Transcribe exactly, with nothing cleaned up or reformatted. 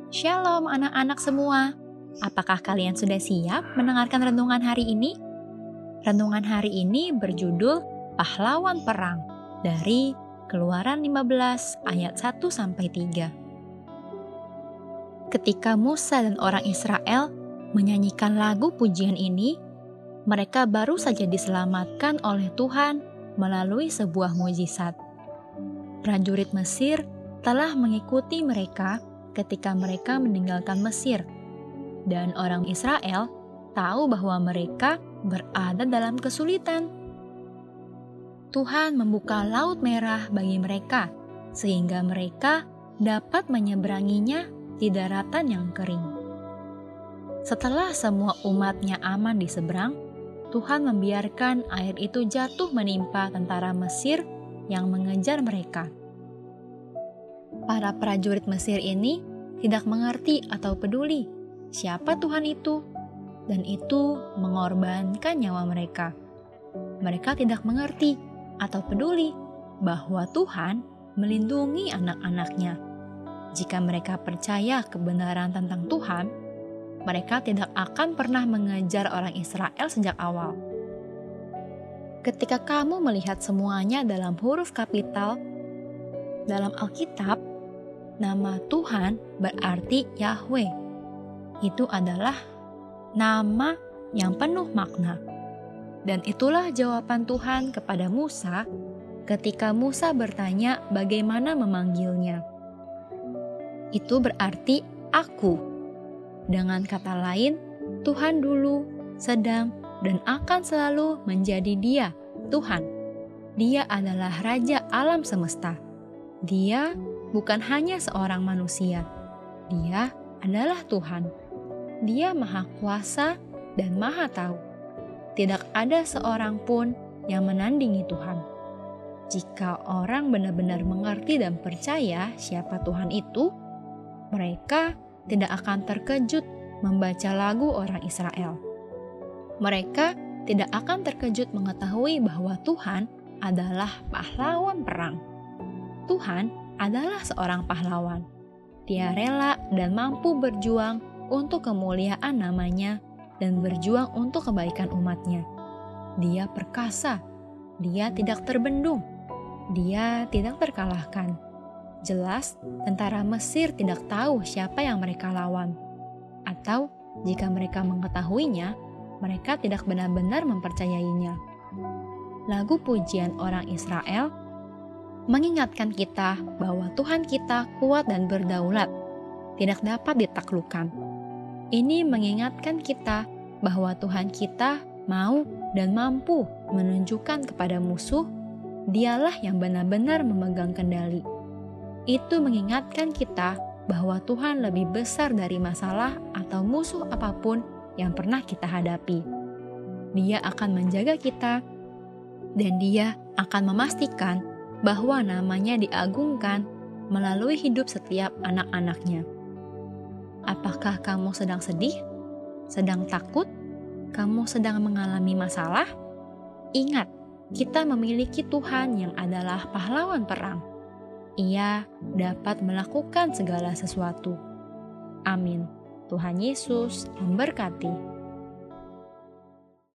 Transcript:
Shalom anak-anak semua. Apakah kalian sudah siap mendengarkan renungan hari ini? Renungan hari ini berjudul Pahlawan Perang dari Keluaran lima belas ayat satu sampai tiga. Ketika Musa dan orang Israel menyanyikan lagu pujian ini, mereka baru saja diselamatkan oleh Tuhan melalui sebuah mukjizat. Prajurit Mesir telah mengikuti mereka ketika mereka meninggalkan Mesir, dan orang Israel tahu bahwa mereka berada dalam kesulitan. Tuhan membuka Laut Merah bagi mereka, sehingga mereka dapat menyeberanginya di daratan yang kering. Setelah semua umatnya aman di seberang, Tuhan membiarkan air itu jatuh menimpa tentara Mesir yang mengejar mereka. Para prajurit Mesir ini tidak mengerti atau peduli siapa Tuhan itu, dan itu mengorbankan nyawa mereka. Mereka tidak mengerti atau peduli bahwa Tuhan melindungi anak-anaknya. Jika mereka percaya kebenaran tentang Tuhan, mereka tidak akan pernah mengejar orang Israel sejak awal. Ketika kamu melihat semuanya dalam huruf kapital dalam Alkitab, nama Tuhan berarti Yahweh. Itu adalah nama yang penuh makna. Dan itulah jawaban Tuhan kepada Musa ketika Musa bertanya bagaimana memanggilnya. Itu berarti aku. Dengan kata lain, Tuhan dulu, sedang, dan akan selalu menjadi Dia, Tuhan. Dia adalah Raja alam semesta. Dia bukan hanya seorang manusia. Dia adalah Tuhan. Dia Maha Kuasa dan Maha Tahu. Tidak ada seorang pun yang menandingi Tuhan. Jika orang benar-benar mengerti dan percaya siapa Tuhan itu, mereka tidak akan terkejut membaca lagu orang Israel. Mereka tidak akan terkejut mengetahui bahwa Tuhan adalah pahlawan perang. Tuhan adalah seorang pahlawan. Dia rela dan mampu berjuang untuk kemuliaan namanya dan berjuang untuk kebaikan umatnya. Dia perkasa. Dia tidak terbendung. Dia tidak terkalahkan. Jelas, tentara Mesir tidak tahu siapa yang mereka lawan. Atau, jika mereka mengetahuinya, mereka tidak benar-benar mempercayainya. Lagu pujian orang Israel mengingatkan kita bahwa Tuhan kita kuat dan berdaulat, tidak dapat ditaklukkan. Ini mengingatkan kita bahwa Tuhan kita mau dan mampu menunjukkan kepada musuh, Dialah yang benar-benar memegang kendali. Itu mengingatkan kita bahwa Tuhan lebih besar dari masalah atau musuh apapun yang pernah kita hadapi. Dia akan menjaga kita, dan Dia akan memastikan bahwa namanya diagungkan melalui hidup setiap anak-anaknya. Apakah kamu sedang sedih? Sedang takut? Kamu sedang mengalami masalah? Ingat, kita memiliki Tuhan yang adalah pahlawan perang. Ia dapat melakukan segala sesuatu. Amin. Tuhan Yesus memberkati.